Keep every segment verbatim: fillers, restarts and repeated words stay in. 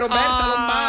Roberta oh.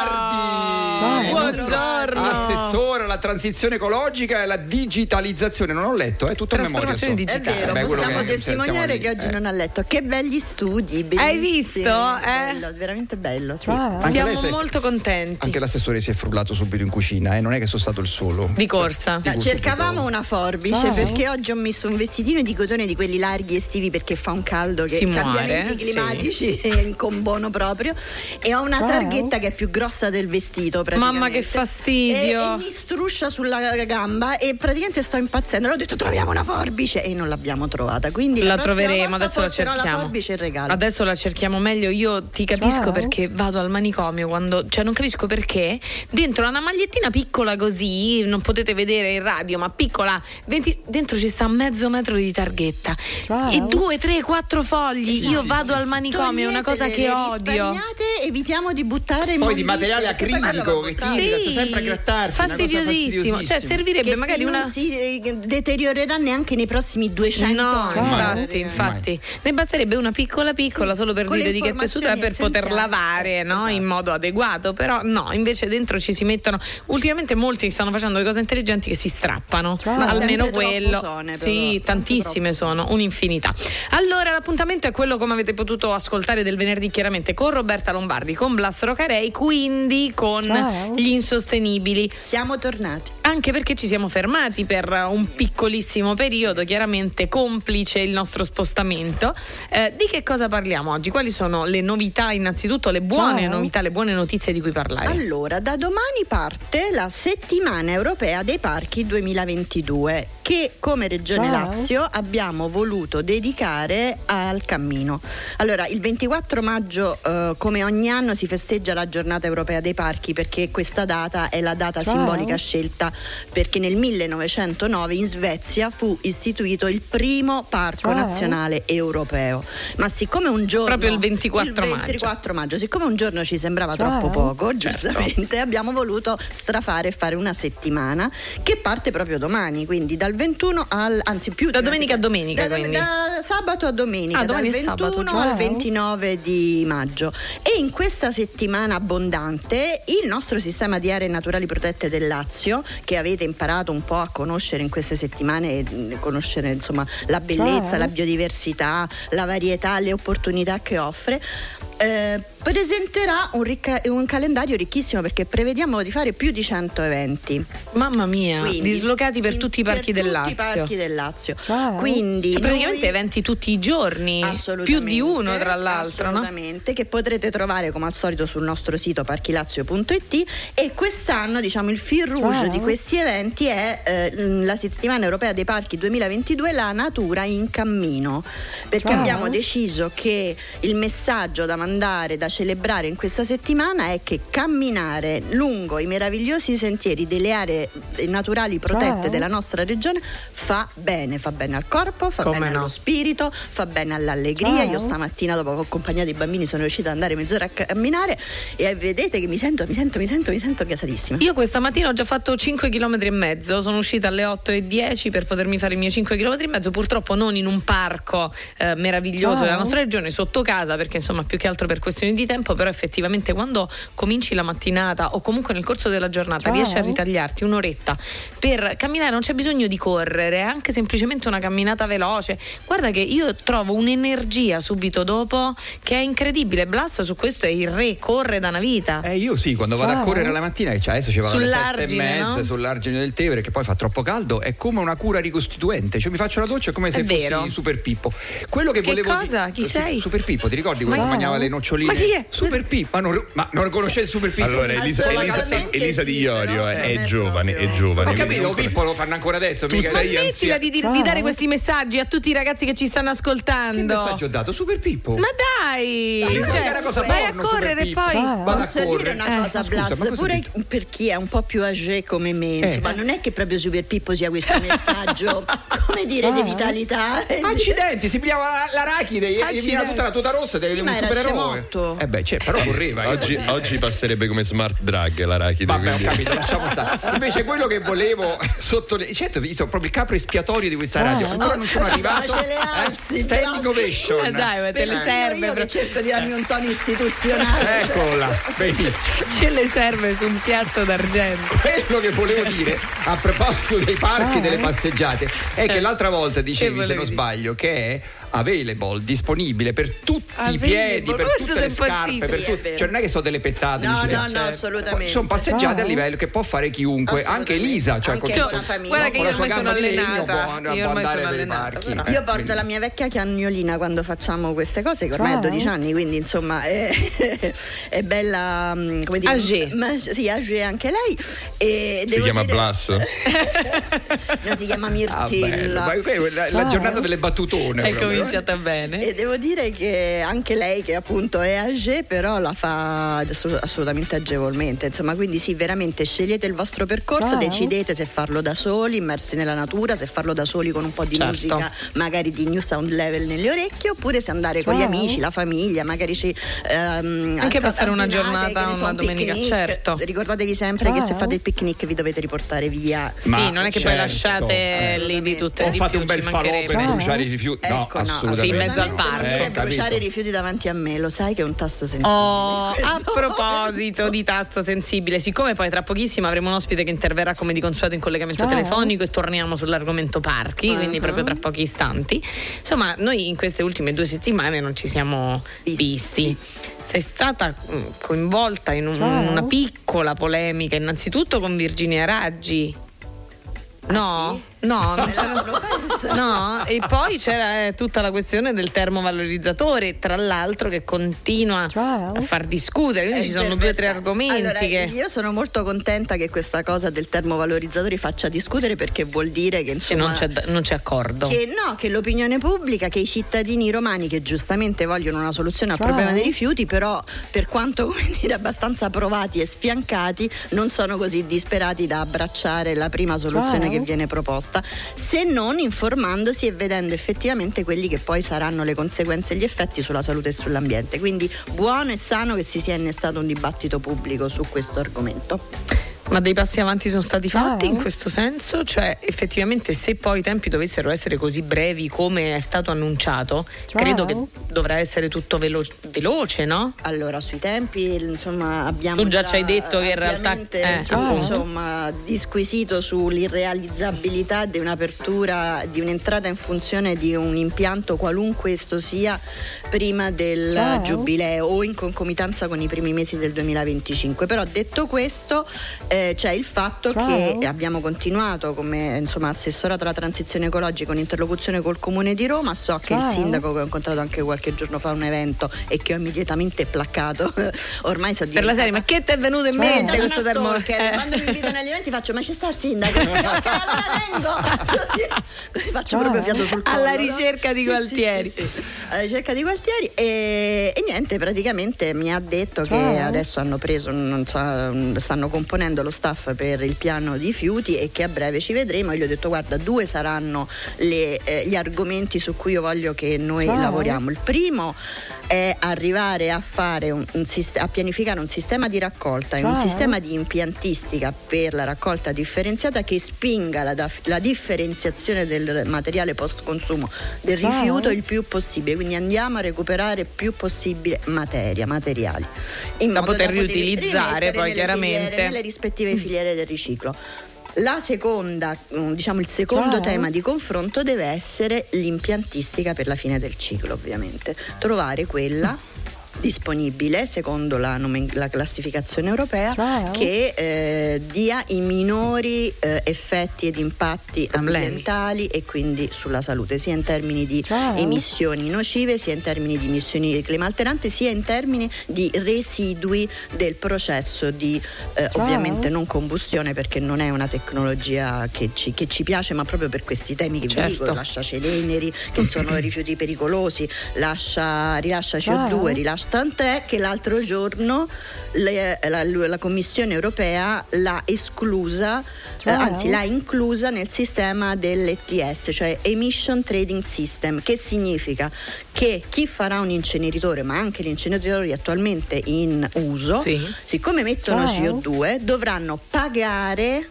Lombardi. Buongiorno. Assessore alla transizione ecologica e alla digitalizzazione. Non ho letto, è tutto a memoria. Trasformazione digitale. È vero, Beh, possiamo che, testimoniare cioè, che oggi eh. non ha letto. Che belli studi, bellissimi. Hai visto? Eh? Bello, veramente bello. Sì. Ah. Anche Siamo lei si è- molto contenti. Anche l'assessore si è frullato subito in cucina, eh? Non è che sono stato il solo. Di corsa. No, cercavamo una forbice Wow. perché oggi ho messo un vestitino di cotone di quelli larghi estivi perché fa un caldo che Si cambiamenti muore, climatici incombono proprio, e ho una Wow. targhetta che è più grossa del vestito praticamente. Mamma, che fastidio. E, e mi struscia sulla gamba e praticamente sto impazzendo. Allora ho detto troviamo una forbice e non l'abbiamo trovata, quindi La la prossima troveremo, volta adesso la porterò cerchiamo. la forbice in regalo. Adesso la cerchiamo meglio. Io ti capisco Wow. perché vado al manicomio quando, cioè non capisco perché dentro una magliettina piccola così, non potete vedere in radio, ma piccola, venti dentro ci sta mezzo metro di targhetta Wow. e due, tre, quattro fogli. Esatto. Io Sì, vado sì, al sì. manicomio, è una cosa Togliete che le odio. risparmiate, evitiamo di buttare Poi di immondizie, materiale perché poi quello acrilico va che buttato. tira, sta sempre a grattarsi, una cosa fastidiosissimo. Cioè fastidiosissima. servirebbe che magari si una non si eh, deteriorerà neanche nei prossimi duecento No, anni. infatti, infatti. Ne basterebbe una piccola piccola solo per Con dire le di che tessuto è informazioni per poter essenziali. lavare, no? Esatto. In modo adeguato, però no, invece dentro ci si mettono. Ultimamente molti stanno facendo delle cose intelligenti che si strappano, Ma almeno sempre quello. troppo sono, Sì, però, tantissime sono, un'infinità. Allora, l'appuntamento è quello, come avete potuto ascoltare, del venerdì, chiaramente con Roberta Lombardi, con Blas Rocarei, quindi con Wow. gli insostenibili. Siamo tornati. Anche perché ci siamo fermati per un piccolissimo periodo, chiaramente complice il nostro spostamento. Eh, di che cosa parliamo oggi? Quali sono le novità, innanzitutto le buone Ciao. novità, le buone notizie di cui parlare? Allora, da domani parte la settimana europea dei parchi duemilaventidue, che come Regione Wow. Lazio abbiamo voluto dedicare al cammino. Allora, il ventiquattro maggio, eh, come ogni anno, si festeggia la giornata europea dei parchi, perché questa data è la data Wow. simbolica scelta perché nel millenovecentonove in Svezia fu istituito il primo parco Wow. nazionale europeo. Ma siccome un giorno Proprio il ventiquattro il maggio. ventiquattro maggio, siccome un giorno ci sembrava Wow. troppo poco, giustamente abbiamo voluto strafare e fare una settimana che parte proprio domani, quindi dal ventuno al anzi più Da di una domenica a settimana. domenica, da, quindi. da sabato a domenica, Ah, dal domani è sabato, ventuno giusto. al ventinove di maggio. E in questa settimana abbondante il nostro sistema di aree naturali protette del Lazio, che avete imparato un po' a conoscere in queste settimane, e mh, conoscere insomma la bellezza, Ah. la biodiversità, la varietà, le opportunità che offre, eh, presenterà un, ricca- un calendario ricchissimo, perché prevediamo di fare più di cento eventi. Mamma mia, Quindi, dislocati per in- tutti i parchi per del tutti i Lazio. parchi del Lazio. Wow. Quindi Cioè, praticamente noi- eventi tutti i giorni, Assolutamente, più di uno tra l'altro, no? assolutamente, che potrete trovare come al solito sul nostro sito parchilazio punto it. E quest'anno, diciamo, il fil rouge Wow. di questi eventi è eh, la settimana europea dei parchi duemilaventidue, la natura in cammino, perché Wow. abbiamo deciso che il messaggio da mandare, da celebrare in questa settimana è che camminare lungo i meravigliosi sentieri delle aree naturali protette Wow. della nostra regione fa bene, fa bene al corpo, fa Come bene no. allo spirito, fa bene all'allegria. Wow. Io stamattina, dopo che ho accompagnato i bambini, sono riuscita ad andare mezz'ora a camminare e vedete che mi sento, mi sento, mi sento, mi sento gasatissima. Io questa mattina ho già fatto cinque chilometri e mezzo, sono uscita alle otto e dieci per potermi fare i miei cinque chilometri e mezzo, purtroppo non in un parco eh, meraviglioso Wow. della nostra regione, sotto casa, perché insomma più che altro per questioni di tempo, però effettivamente quando cominci la mattinata o comunque nel corso della giornata Wow. riesci a ritagliarti un'oretta per camminare, non c'è bisogno di correre, anche semplicemente una camminata veloce. Guarda che io trovo un'energia subito dopo che è incredibile. Blas su questo è il re, corre da una vita. Eh, io sì, quando vado Ah. a correre la mattina, cioè adesso ci vado alle sette e Sull'argine, mezza, no? sull'argine del Tevere, che poi fa troppo caldo, è come una cura ricostituente, cioè mi faccio la doccia, è come se È fossi vero. Super Pippo. Quello che, Che volevo cosa? di- Chi Su- sei? Super Pippo, ti ricordi quando Ma- mangiava le noccioline? Ma chi è? Super Pippo, ma non, ma non conoscete Super Pippo? Allora Elisa, Elisa, Assolutamente Elisa sì, Di Iorio però è, non è è giovane, proprio- è giovane. Ho quindi capito, non- Pippo lo fanno ancora adesso. Tu mica Ma sei lei- smettila di, dir- Ah. di dare questi messaggi a tutti i ragazzi che ci stanno Che ascoltando. messaggio ho dato? Super Pippo. Ma dai, Dai, cioè, è una cosa vai a porno, Super correre e Pippo. poi Ah. Vado a Posso dire correre. una Eh. cosa, Ma scusa, Blas, ma cosa pure dici? per chi è un po' più âgé come me, Eh. insomma, non è che proprio Super Pippo sia questo messaggio, come dire, di Ah. vitalità. Accidenti, si pigliava la- l'arachide, gli Accidenti. veniva tutta la tuta rossa Sì, di ma un era supereroe. scemotto. Eh beh, cioè, però correva. Oggi, oggi passerebbe come smart drug l'arachide. Vabbè, quindi... ho capito, lasciamo stare. Invece quello che volevo sottolineare, certo, io sono proprio il capo espiatorio di questa radio. Ancora non sono arrivato. Ce le alzi, eh? Standing ovation. Eh dai, ma te le serve. Io che cerco di darmi un tono istituzionale. Eccola, benissimo. Ce le serve su un piatto d'argento. Quello che volevo dire a proposito dei parchi e delle passeggiate è che l'altra volta dicevi, se non sbaglio, che è available, disponibile per tutti Available. i piedi, per Questo tutte le è scarpe, per sì, tutti. Cioè non è che sono delle pettate, No, dici, no, no, certo. assolutamente. Sono passeggiate a livello che può fare chiunque, anche Elisa, cioè Anche con, con la famiglia. Guarda che con io la sua ormai sono gamba di legno allenata. può, Io può ormai andare sono nei allenata, parchi. però. Eh, Io porto benissimo. la mia vecchia cagnolina quando facciamo queste cose, che ormai ha dodici anni, quindi insomma è, è bella, come dire, Âgée. ma, sì, âgée anche lei. E Si devo chiama dire, Blas? no, si chiama Ah, bello. Mirtilla. Ma que- la, la giornata delle battutone È proprio. cominciata bene. E devo dire che anche lei, che appunto è âgée, però la fa ass- assolutamente agevolmente, insomma, quindi sì, veramente scegliete il vostro percorso, decidete se farlo da soli, immersi nella natura, se farlo da soli con un po' di Certo. musica, magari di new sound level nelle orecchie, oppure se andare con gli amici, la famiglia, magari ci ehm, Anche acca- passare una abbinate, giornata, che ne so, una un domenica, picnic. certo. Ricordatevi sempre che se fate il picnic vi dovete riportare via. Sì, Ma non è che certo, poi lasciate eh, lì di tutte o di fate più, un bel ci falò mancherebbe. per bruciare i rifiuti. No, Ecco, no, assolutamente. sì, in mezzo al parco. Non dire Eh, bruciare capito. i rifiuti davanti a me, lo sai che è un tasto sensibile. Oh, a Questo- proposito di tasto sensibile, siccome poi tra pochissimo avremo un ospite che interverrà come di consueto in collegamento telefonico e torniamo sull'argomento parchi, Uh-huh. quindi proprio tra pochi istanti. Insomma, noi in queste ultime due settimane non ci siamo Visti. visti. Sei stata mm, coinvolta in un- una piccola polemica, innanzitutto con Virginia Raggi. No? sì? No, non Me la c'era- sono persa. no, e poi c'era eh, tutta la questione del termovalorizzatore, tra l'altro, che continua a far discutere, quindi È ci sono due o tre interessante. argomenti Allora, che... io sono molto contenta che questa cosa del termovalorizzatore faccia discutere, perché vuol dire che che insomma non c'è, non c'è accordo. che no, che l'opinione pubblica, che i cittadini romani, che giustamente vogliono una soluzione al problema dei rifiuti, però per quanto, come dire, abbastanza provati e sfiancati, non sono così disperati da abbracciare la prima soluzione che viene proposta, se non informandosi e vedendo effettivamente quelli che poi saranno le conseguenze e gli effetti sulla salute e sull'ambiente. Quindi buono e sano che si sia innestato un dibattito pubblico su questo argomento. Ma dei passi avanti sono stati fatti in questo senso? Cioè, effettivamente, se poi i tempi dovessero essere così brevi come è stato annunciato, credo che dovrà essere tutto velo- veloce, no? Allora, sui tempi, insomma, abbiamo Tu già ci hai detto che in realtà- ampiamente, eh, sì, appunto. insomma, disquisito sull'irrealizzabilità di un'apertura, di un'entrata in funzione di un impianto qualunque esso sia prima del giubileo o in concomitanza con i primi mesi del duemilaventicinque. Però detto questo, eh, c'è il fatto che abbiamo continuato come, insomma, assessorato alla transizione ecologica in interlocuzione col Comune di Roma. So che il sindaco, che ho incontrato anche qualche giorno fa a un evento e che ho immediatamente placcato, ormai so Per la serie, ma che ti è venuto in Sono mente diventata questo una termo? stalker. eh. Quando mi invitano agli eventi faccio: ma c'è sta il sindaco? Sì, ok, allora vengo. Così, così faccio proprio fiato sul collo, Alla no? ricerca di Sì, Gualtieri. sì, sì, sì. Alla ricerca di Gualtieri e, e niente, praticamente mi ha detto che adesso hanno preso, non so, stanno componendo lo staff per il piano di rifiuti e che a breve ci vedremo. Io gli ho detto: guarda, due saranno le, eh, gli argomenti su cui io voglio che noi lavoriamo. Il primo è arrivare a fare un, un sist- a pianificare un sistema di raccolta e un sistema di impiantistica per la raccolta differenziata che spinga la, da- la differenziazione del materiale post consumo del rifiuto il più possibile, quindi andiamo a recuperare più possibile materia, materiali in Da modo poter da poter riutilizzare rimettere poi, nelle chiaramente. filiere, nelle rispettive filiere del riciclo. La seconda, diciamo il secondo tema di confronto deve essere l'impiantistica per la fine del ciclo, ovviamente. Trovare quella disponibile secondo la, nomen- la classificazione europea che eh, dia i minori eh, effetti ed impatti Problemi. ambientali e quindi sulla salute, sia in termini di emissioni nocive, sia in termini di emissioni di clima alterante, sia in termini di residui del processo di eh, ovviamente non combustione, perché non è una tecnologia che ci, che ci piace, ma proprio per questi temi che Certo. vi dico, lascia celeneri che sono rifiuti pericolosi, lascia, rilascia C O due, rilascia, tant'è che l'altro giorno le, la, la Commissione europea l'ha esclusa, eh, anzi l'ha inclusa nel sistema dell'E T S, cioè Emission Trading System, che significa che chi farà un inceneritore, ma anche gli inceneritori attualmente in uso, sì. siccome mettono wow. C O due, dovranno pagare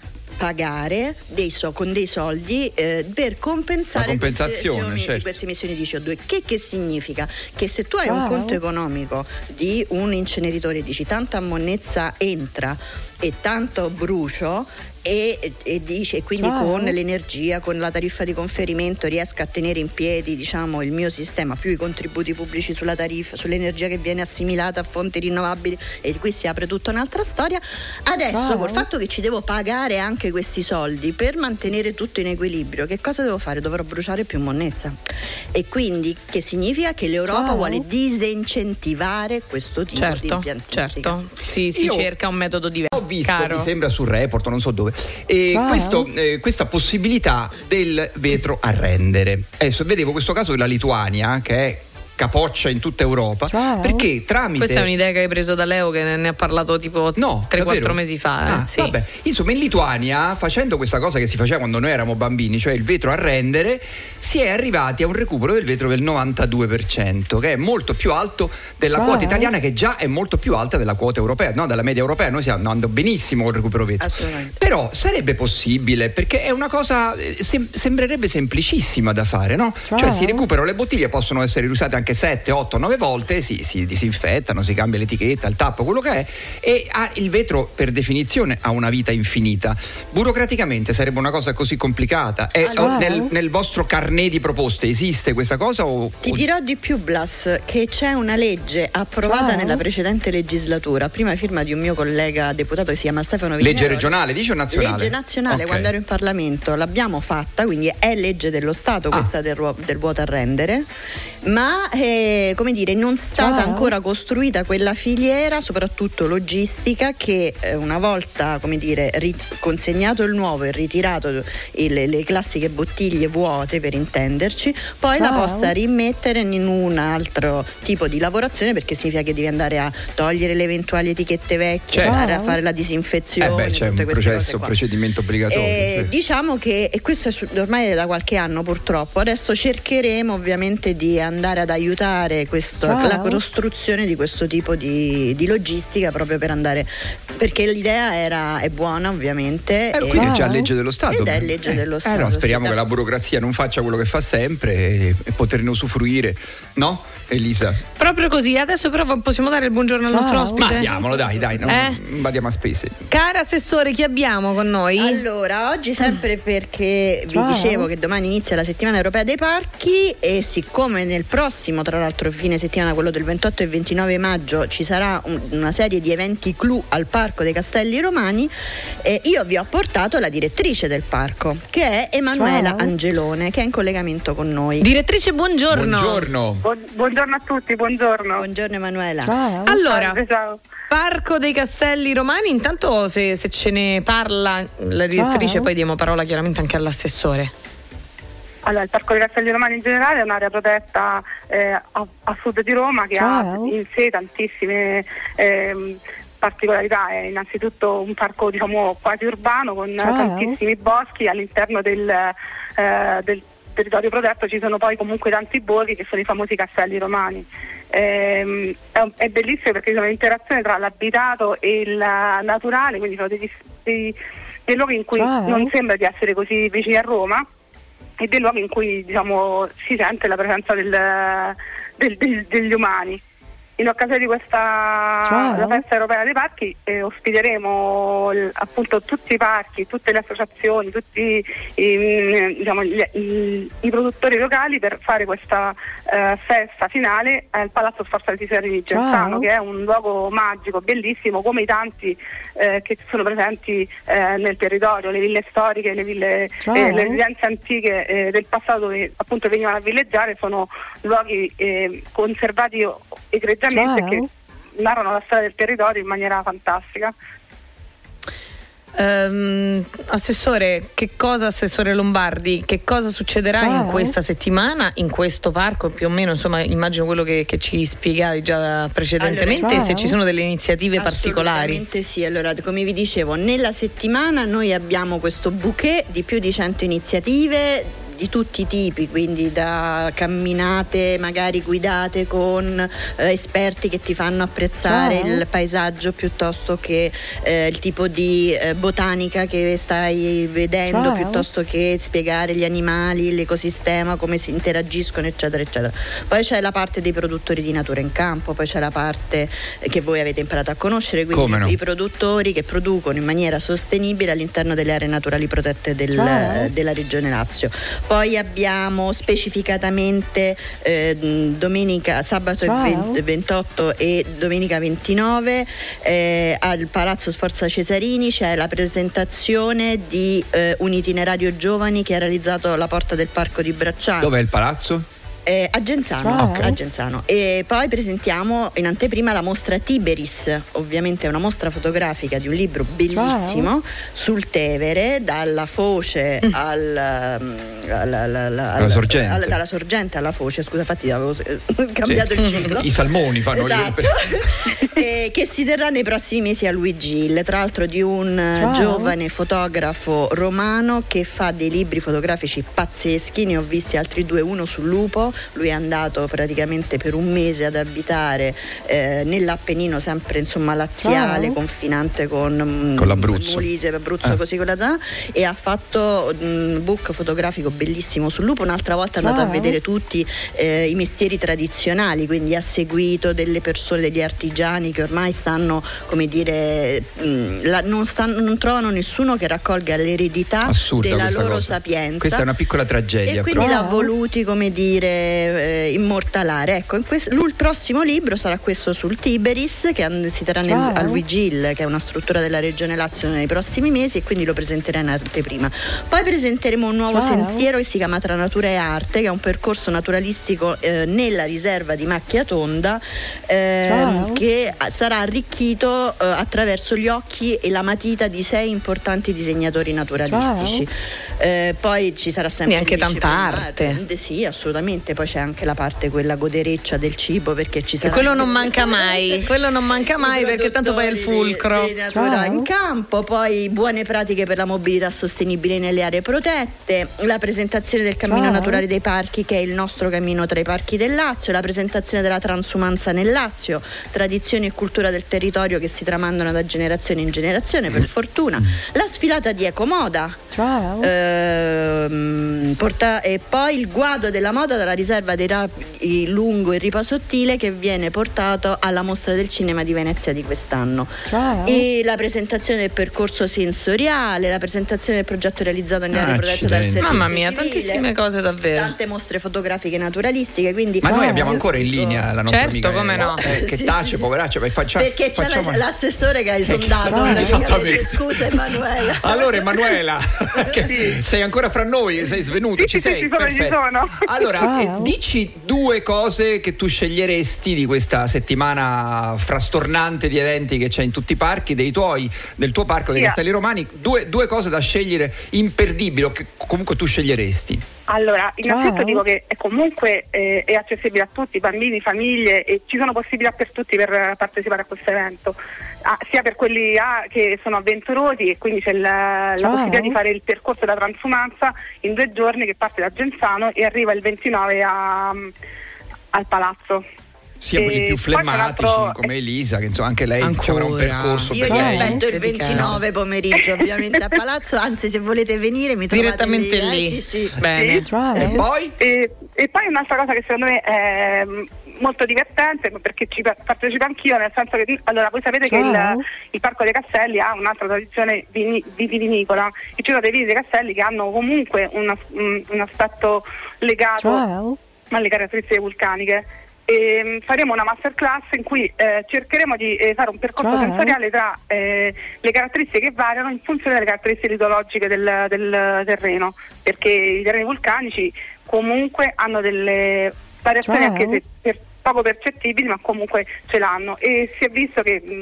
pagare dei so, con dei soldi eh, per compensare queste emissioni, certo. queste emissioni di C O due. Che, che significa? Che se tu hai wow. un conto economico di un inceneritore e dici tanta ammonnezza entra e tanto brucio, E, e dice e quindi wow. con l'energia, con la tariffa di conferimento riesco a tenere in piedi, diciamo, il mio sistema, più i contributi pubblici sulla tariffa, sull'energia che viene assimilata a fonti rinnovabili, e qui si apre tutta un'altra storia. Adesso wow. col fatto che ci devo pagare anche questi soldi per mantenere tutto in equilibrio, che cosa devo fare? Dovrò bruciare più monnezza, e quindi che significa che l'Europa wow. vuole disincentivare questo tipo certo, di impiantistica. Certo, sì, si Io cerca un metodo diverso. Ho visto, Caro. mi sembra sul report, non so dove, e wow. questo, eh, questa possibilità del vetro a rendere. Adesso vedevo questo caso della Lituania, che è capoccia in tutta Europa, wow. perché tramite... Questa è un'idea che hai preso da Leo, che ne ha parlato tipo no, tre quattro mesi fa. Eh? Ah, sì. Vabbè. Insomma, in Lituania, facendo questa cosa che si faceva quando noi eravamo bambini, cioè il vetro a rendere, si è arrivati a un recupero del vetro del novantadue per cento, che è molto più alto della wow. quota italiana, che già è molto più alta della quota europea, no? Della media europea. Noi stiamo andando benissimo col recupero vetro. Assolutamente. Però sarebbe possibile, perché è una cosa sem- sembrerebbe semplicissima da fare, no? Wow. Cioè si recuperano le bottiglie, possono essere riusate anche sette, otto, nove volte, si, si disinfettano, si cambia l'etichetta, il tappo, quello che è, e ha, il vetro per definizione ha una vita infinita. Burocraticamente sarebbe una cosa così complicata? È, allora, nel, nel vostro carnet di proposte esiste questa cosa? O, ti o... dirò di più, Blas, che c'è una legge approvata wow. nella precedente legislatura, prima firma di un mio collega deputato che si chiama Stefano Vignero. Legge regionale, dice o nazionale? Legge nazionale, okay. Quando ero in Parlamento l'abbiamo fatta, quindi è legge dello Stato ah. questa del, del vuoto a rendere, ma eh, come dire, non è stata ah. ancora costruita quella filiera, soprattutto logistica, che eh, una volta, come dire, ri- consegnato il nuovo e ritirato il, le classiche bottiglie vuote, per intenderci, poi ah. la possa rimettere in un altro tipo di lavorazione, perché significa che devi andare a togliere le eventuali etichette vecchie, certo. andare a fare la disinfezione. Eh beh, c'è un processo, un procedimento obbligatorio. Eh, sì. Diciamo che, e questo è ormai è da qualche anno purtroppo, adesso cercheremo ovviamente di andare ad aiutare questo, wow. la costruzione di questo tipo di, di logistica, proprio per andare, perché l'idea era è buona ovviamente. Eh, quindi wow. è già legge dello Stato. Ed è legge eh, dello Stato. Eh, no, speriamo sì, che la burocrazia non faccia quello che fa sempre e, e poterne usufruire, no? Elisa. Proprio così, adesso però possiamo dare il buongiorno al nostro wow. ospite? Ma diamolo, dai, dai, non, eh? non badiamo a spese. Cara assessore, chi abbiamo con noi? Allora, oggi sempre perché vi wow. dicevo che domani inizia la settimana europea dei parchi, e siccome nel prossimo, tra l'altro fine settimana, quello del ventotto e ventinove maggio, ci sarà un, una serie di eventi clou al Parco dei Castelli Romani, eh, io vi ho portato la direttrice del parco, che è Emanuela wow. Angelone, che è in collegamento con noi. Direttrice, buongiorno. Buongiorno. Bu- buongiorno a tutti, buongiorno. Buongiorno Emanuela. Ciao. Allora, Salve, ciao. Parco dei Castelli Romani, intanto se, se ce ne parla la direttrice, ciao. Poi diamo parola chiaramente anche all'assessore. Allora, il Parco dei Castelli Romani in generale è un'area protetta eh, a, a sud di Roma, che ciao. ha in sé tantissime eh, particolarità. È innanzitutto un parco, diciamo, quasi urbano, con ciao. tantissimi boschi all'interno del, eh, del territorio protetto. Ci sono poi comunque tanti borghi, che sono i famosi castelli romani. Ehm, è, è bellissimo perché c'è un'interazione tra l'abitato e il naturale, quindi sono degli, dei, dei luoghi in cui wow. non sembra di essere così vicini a Roma, e dei luoghi in cui, diciamo, si sente la presenza del, del, del, degli umani. In occasione di questa wow. la festa europea dei parchi eh, ospiteremo l, appunto tutti i parchi, tutte le associazioni, tutti i, diciamo, gli, i, i produttori locali, per fare questa eh, festa finale al Palazzo Sforza di Serri di Genzano, wow. che è un luogo magico, bellissimo, come i tanti eh, che sono presenti eh, nel territorio, le ville storiche, le ville, wow. eh, le residenze antiche eh, del passato, che appunto venivano a villeggiare, sono luoghi eh, conservati egregiamente, wow. che narrano la storia del territorio in maniera fantastica. Um, assessore, che cosa, assessore Lombardi, che cosa succederà wow. in questa settimana in questo parco, più o meno, insomma, immagino quello che, che ci spiegavi già precedentemente, allora, wow. se ci sono delle iniziative particolari. Assolutamente sì, allora come vi dicevo, nella settimana noi abbiamo questo bouquet di più di cento iniziative di tutti i tipi, quindi da camminate magari guidate con eh, esperti che ti fanno apprezzare wow. il paesaggio piuttosto che eh, il tipo di eh, botanica che stai vedendo, wow. piuttosto che spiegare gli animali, l'ecosistema, come si interagiscono, eccetera eccetera. Poi c'è la parte dei produttori di natura in campo, poi c'è la parte che voi avete imparato a conoscere, quindi no? i produttori che producono in maniera sostenibile all'interno delle aree naturali protette del, wow. della regione Lazio. Poi abbiamo specificatamente eh, domenica, sabato wow. ventotto e domenica ventinove eh, al Palazzo Sforza Cesarini c'è la presentazione di eh, un itinerario giovani che ha realizzato la porta del Parco di Bracciano. Dov'è il palazzo? Eh, a Genzano, ah, okay. a Genzano. E poi presentiamo in anteprima la mostra Tiberis, ovviamente è una mostra fotografica di un libro bellissimo wow. sul Tevere, dalla foce mm. al, alla, alla, alla, alla, sorgente. Alla, dalla sorgente alla foce, scusa, infatti avevo cambiato sì. il ciclo. I salmoni fanno esatto. e che si terrà nei prossimi mesi a Luigil, tra l'altro di un wow. giovane fotografo romano che fa dei libri fotografici pazzeschi, ne ho visti altri due, uno sul lupo. Lui è andato praticamente per un mese ad abitare eh, nell'Appennino, sempre insomma laziale, wow. confinante con, con l'Abruzzo, Molise, Abruzzo, eh. così con la zona, e ha fatto un book fotografico bellissimo sul lupo. Un'altra volta è andato wow. a vedere tutti eh, i mestieri tradizionali, quindi ha seguito delle persone, degli artigiani che ormai stanno, come dire, mh, la, non, stanno, non trovano nessuno che raccolga l'eredità Assurda della loro cosa. sapienza. Questa è una piccola tragedia. E quindi però. l'ha voluti, come dire, Eh, immortalare. Ecco, in questo, il prossimo libro sarà questo sul Tiberis, che an- si terrà nel, wow. al Luigil, che è una struttura della regione Lazio, nei prossimi mesi, e quindi lo presenterà in anteprima. Poi presenteremo un nuovo wow. sentiero che si chiama Tra Natura e Arte, che è un percorso naturalistico eh, nella riserva di Macchia Tonda, eh, wow. che sarà arricchito eh, attraverso gli occhi e la matita di sei importanti disegnatori naturalistici. Wow. Eh, poi ci sarà sempre anche tanta arte. Eh, sì, assolutamente. Poi c'è anche la parte quella godereccia del cibo, perché ci sarà, e quello non manca mai quello non manca mai perché tanto poi è il fulcro di, di natura oh. in campo. Poi buone pratiche per la mobilità sostenibile nelle aree protette, la presentazione del cammino oh. naturale dei parchi, che è il nostro cammino tra i parchi del Lazio, la presentazione della transumanza nel Lazio, tradizioni e cultura del territorio che si tramandano da generazione in generazione, per fortuna, la sfilata di Ecomoda wow. ehm, porta, e poi il guado della moda dalla riserva dei Rapi lungo e Ripa Sottile, che viene portato alla mostra del cinema di Venezia di quest'anno. Wow. E la presentazione del percorso sensoriale, la presentazione del progetto realizzato nelle aree protette dal servizio mamma mia civile, tantissime cose davvero, tante mostre fotografiche naturalistiche, quindi ma noi abbiamo ancora in linea la nostra certo amica come no eh, che sì, tace sì. poveraccia, facciamo, perché c'è facciamo... l'assessore che hai sondato eh, esattamente. Scusa Emanuela. Allora Emanuela che sì. sei ancora fra noi, sei svenuta, sì, ci sì, sei, sì, perfetto. Ci sono. Allora wow. eh, dici due cose che tu sceglieresti di questa settimana frastornante di eventi che c'è in tutti i parchi, dei tuoi, del tuo parco dei yeah. Castelli Romani, due, due cose da scegliere imperdibili o che comunque tu sceglieresti. Allora, innanzitutto wow. dico che è comunque eh, è accessibile a tutti, bambini, famiglie, e ci sono possibilità per tutti per partecipare a questo evento, ah, sia per quelli ah, che sono avventurosi, e quindi c'è la, la wow. possibilità di fare il percorso della transumanza in due giorni, che parte da Genzano e arriva il ventinove a, al Palazzo. Sia quelli più flemmatici altro... come Elisa, che insomma anche lei avrà un percorso. Io per vi lei. aspetto il ventinove pomeriggio ovviamente a Palazzo, anzi se volete venire mi trovate direttamente lì, lì. Eh? Sì, sì. Bene. Sì. E poi? E, e poi un'altra cosa che secondo me è molto divertente, perché ci partecipo anch'io, nel senso che allora voi sapete che il, il Parco dei Castelli ha un'altra tradizione vitivinicola, e ci sono dei vini dei Castelli che hanno comunque una, un, un aspetto legato Ciao. alle caratteristiche vulcaniche. E faremo una masterclass in cui eh, cercheremo di eh, fare un percorso ah, sensoriale tra eh, le caratteristiche che variano in funzione delle caratteristiche idrologiche del, del terreno, perché i terreni vulcanici comunque hanno delle variazioni anche se per, poco percettibili, ma comunque ce l'hanno, e si è visto che mh,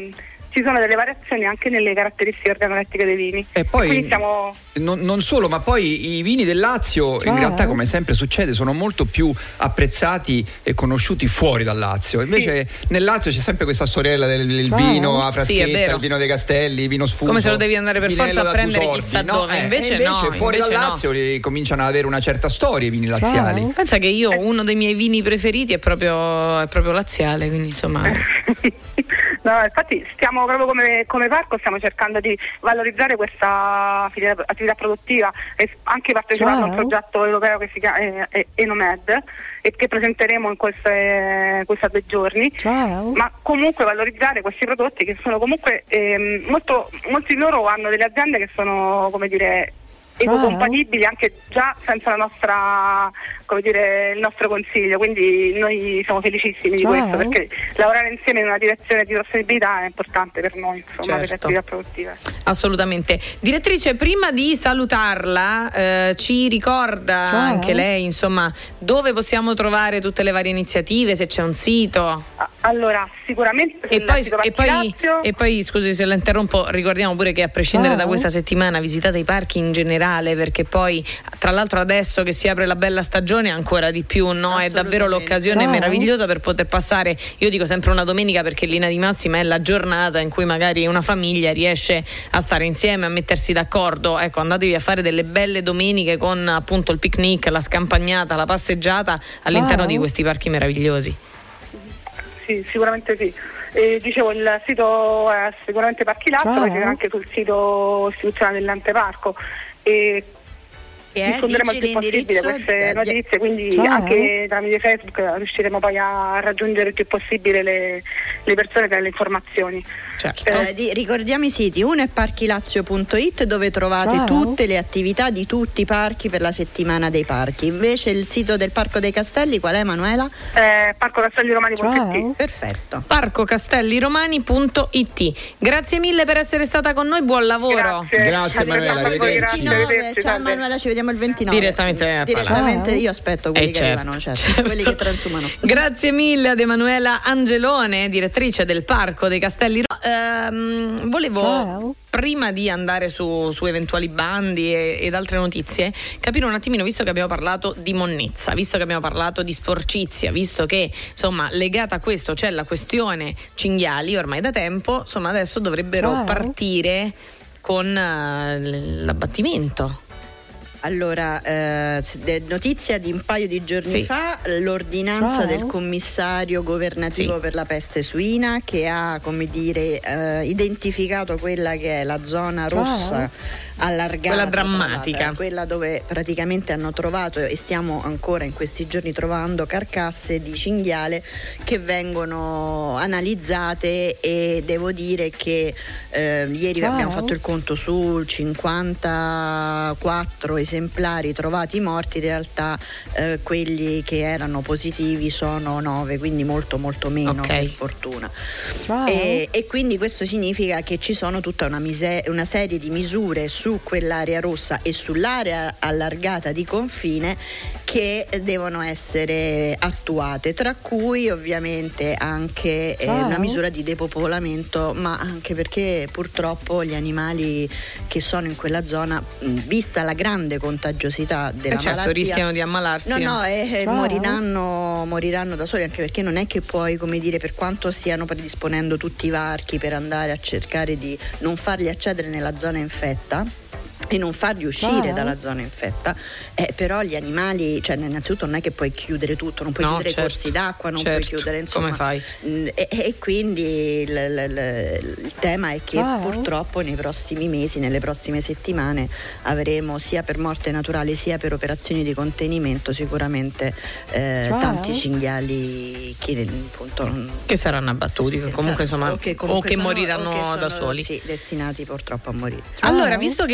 ci sono delle variazioni anche nelle caratteristiche organolettiche dei vini. E poi Quindi siamo... non, non solo, ma poi i vini del Lazio in realtà, come sempre succede, sono molto più apprezzati e conosciuti fuori dal Lazio. Invece sì. nel Lazio c'è sempre questa storiella del, del vino a fraschetta, sì, il vino dei Castelli, il vino sfuso. Come se lo devi andare per forza a prendere Sordi, chissà no? dove. Eh, invece, invece no, fuori invece dal no. Lazio cominciano ad avere una certa storia i vini laziali. Ah, pensa che io uno dei miei vini preferiti è proprio, è proprio laziale, quindi insomma. No, infatti stiamo proprio come, come parco stiamo cercando di valorizzare questa attività produttiva e anche partecipando wow. a un progetto europeo che si chiama eh, Enomed e che presenteremo in queste, questi due giorni, wow. ma comunque valorizzare questi prodotti che sono comunque eh, molto, molti di loro hanno delle aziende che sono, come dire, ecocompatibili anche già senza la nostra, come dire, il nostro consiglio, quindi noi siamo felicissimi di questo, perché lavorare insieme in una direzione di sostenibilità è importante per noi, insomma, certo. per le attività produttive. Assolutamente. Direttrice, prima di salutarla eh, ci ricorda Ciao. anche lei, insomma, dove possiamo trovare tutte le varie iniziative, se c'è un sito? Allora, sicuramente e poi, e, poi, e poi scusi se la interrompo, ricordiamo pure che a prescindere oh. da questa settimana visitate i parchi in generale, perché poi tra l'altro adesso che si apre la bella stagione ancora di più, no? È davvero l'occasione oh. meravigliosa per poter passare, io dico sempre una domenica perché in linea di massima è la giornata in cui magari una famiglia riesce a stare insieme, a mettersi d'accordo. Ecco, andatevi a fare delle belle domeniche con appunto il picnic, la scampagnata, la passeggiata all'interno oh. di questi parchi meravigliosi. Sì, sicuramente sì. Eh, dicevo, il sito è sicuramente Parchi Lazio, ma siete anche sul sito istituzionale dell'Anteparco e diffonderemo il più possibile queste notizie, quindi Ciao. anche tramite Facebook riusciremo poi a raggiungere il più possibile le, le persone per le informazioni. Certo. Eh, di, ricordiamo i siti, uno è parchilazio punto it dove trovate Ciao. tutte le attività di tutti i parchi per la settimana dei parchi. Invece il sito del Parco dei Castelli qual è, Manuela? Eh, parco castelli romani punto it. Perfetto. parco castelli romani punto it. Grazie mille per essere stata con noi, buon lavoro. Grazie, Grazie Manuela, arrivederci. ventinove, ciao Manuela, ci vediamo il ventinove. Direttamente, Direttamente io aspetto quelli eh, che certo, arrivano, certo. certo. quelli che transumano. Grazie mille ad Emanuela Angelone, direttrice del Parco dei Castelli. Ehm, volevo Ciao. prima di andare su, su eventuali bandi e, ed altre notizie capire un attimino, visto che abbiamo parlato di monnezza, visto che abbiamo parlato di sporcizia, visto che insomma legata a questo c'è la questione cinghiali ormai da tempo, insomma adesso dovrebbero Ciao. partire con uh, l'abbattimento. Allora, eh, notizia di un paio di giorni sì. fa, l'ordinanza wow. del commissario governativo sì. per la peste suina che ha, come dire, eh, identificato quella che è la zona rossa wow. allargata, quella drammatica, trovata, quella dove praticamente hanno trovato e stiamo ancora in questi giorni trovando carcasse di cinghiale che vengono analizzate, e devo dire che eh, ieri wow. abbiamo fatto il conto su cinquantaquattro esemplari trovati morti, in realtà eh, quelli che erano positivi sono nove, quindi molto molto meno okay. per fortuna wow. e, e quindi questo significa che ci sono tutta una, mise- una serie di misure su quell'area rossa e sull'area allargata di confine che devono essere attuate, tra cui ovviamente anche eh, una misura di depopolamento, ma anche perché purtroppo gli animali che sono in quella zona, vista la grande contagiosità della eh certo, malattia, rischiano di ammalarsi. No, no, eh, moriranno, moriranno da soli, anche perché non è che puoi, come dire, per quanto stiano predisponendo tutti i varchi per andare a cercare di non farli accedere nella zona infetta e non farli uscire wow. dalla zona infetta, eh, però gli animali, cioè innanzitutto non è che puoi chiudere tutto, non puoi no, chiudere i certo, corsi d'acqua, non certo. puoi chiudere, insomma, come fai? E, e quindi il, il, il tema è che wow. purtroppo nei prossimi mesi, nelle prossime settimane avremo sia per morte naturale sia per operazioni di contenimento sicuramente eh, wow. tanti cinghiali che appunto che saranno abbattuti, che comunque insomma o che, comunque o che sono, moriranno o che sono, da soli, sì, destinati purtroppo a morire. Allora, visto che però voglio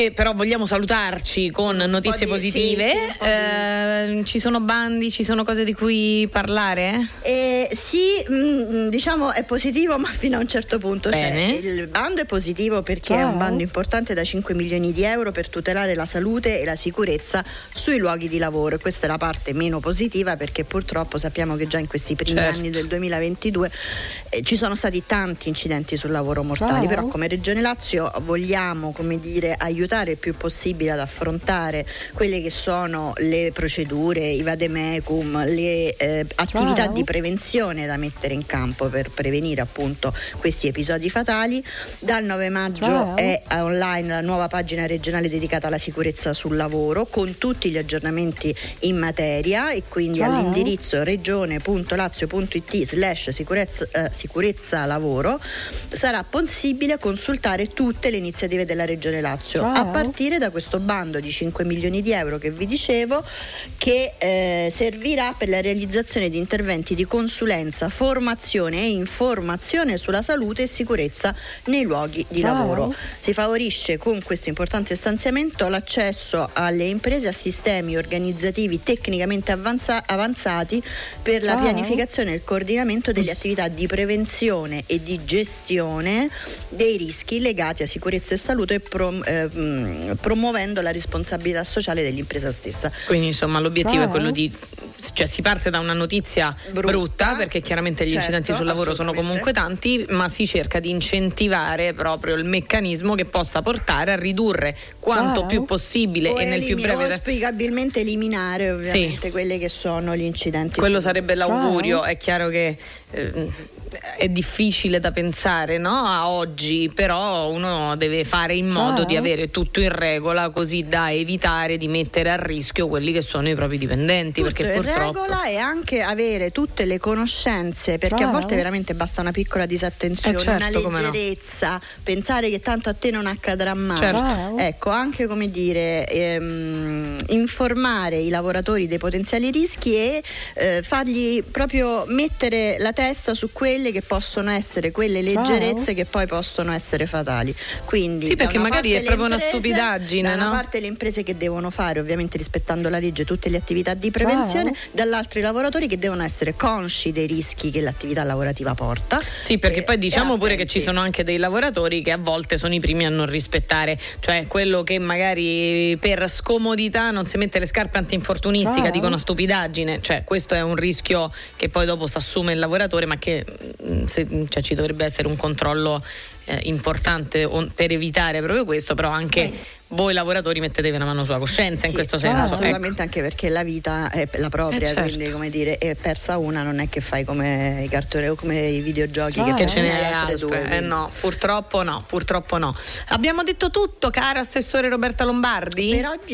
vogliamo salutarci con notizie di, positive. Sì, sì, eh, ci sono bandi, ci sono cose di cui parlare? Eh, sì, mh, diciamo è positivo, ma fino a un certo punto. Bene. Cioè, il bando è positivo perché oh. è un bando importante da cinque milioni di euro per tutelare la salute e la sicurezza sui luoghi di lavoro. E questa è la parte meno positiva, perché purtroppo sappiamo che già in questi primi certo. anni del duemilaventidue eh, ci sono stati tanti incidenti sul lavoro mortali. Oh. Però come Regione Lazio vogliamo, come dire, aiutare il più possibile ad affrontare quelle che sono le procedure, i vademecum, le eh, attività oh. di prevenzione da mettere in campo per prevenire appunto questi episodi fatali. Dal nove maggio oh. è online la nuova pagina regionale dedicata alla sicurezza sul lavoro con tutti gli aggiornamenti in materia, e quindi oh. all'indirizzo regione punto lazio punto it slash sicurezza, eh, sicurezza lavoro sarà possibile consultare tutte le iniziative della Regione Lazio, oh. a partire da questo bando di cinque milioni di euro che vi dicevo, che eh, servirà per la realizzazione di interventi di consulenza, formazione e informazione sulla salute e sicurezza nei luoghi di Ciao. lavoro. Si favorisce con questo importante stanziamento l'accesso alle imprese a sistemi organizzativi tecnicamente avanza- avanzati per la Ciao. pianificazione e il coordinamento delle attività di prevenzione e di gestione dei rischi legati a sicurezza e salute, prom- eh, mh, promuovendo la responsabilità sociale dell'impresa stessa. Quindi insomma l'obiettivo Ciao. è quello di, cioè si parte da una notizia brutta, brutta perché chiaramente gli certo, incidenti sul lavoro sono comunque tanti, ma si cerca di incentivare proprio il meccanismo che possa portare a ridurre quanto Wow. più possibile O e nel più elimi- breve o auspicabilmente eliminare ovviamente Sì. quelle che sono gli incidenti. quello sul- sarebbe l'augurio. È chiaro che eh, è difficile da pensare, no? A oggi, però uno deve fare in modo Ah. di avere tutto in regola, così da evitare di mettere a rischio quelli che sono i propri dipendenti. Tutto perché in purtroppo regola, e anche avere tutte le conoscenze, perché Ah. a volte veramente basta una piccola disattenzione, Eh certo, una come no. leggerezza, pensare che tanto a te non accadrà mai. Certo. Ecco, anche come dire ehm, informare i lavoratori dei potenziali rischi e eh, fargli proprio mettere la testa su quelle che possono essere quelle leggerezze che poi possono essere fatali. Quindi Sì, da perché una magari parte è proprio le una imprese- stupidaggine, da una no? parte le imprese che devono fare, ovviamente rispettando la legge, tutte le attività di prevenzione, Wow. dall'altro i lavoratori che devono essere consci dei rischi che l'attività lavorativa porta. Sì, perché e- poi diciamo e pure che attenti. ci sono anche dei lavoratori che a volte sono i primi a non rispettare, cioè quello che magari per scomodità non si mette le scarpe antinfortunistica, Ah. dico una stupidaggine, cioè questo è un rischio che poi dopo si assume il lavoratore, ma che mh, se, cioè, ci dovrebbe essere un controllo eh, importante on- per evitare proprio questo, però anche voi lavoratori mettetevi una mano sulla coscienza in Sì, questo senso. assolutamente, ecco. anche perché la vita è la propria, Eh, certo. quindi come dire, è persa una, non è che fai come i cartoni o come i videogiochi Ah, che, Che te ce ne n'è hai altre altre, due, eh quindi. no, purtroppo no, purtroppo no. Abbiamo detto tutto, cara assessore Roberta Lombardi? Per oggi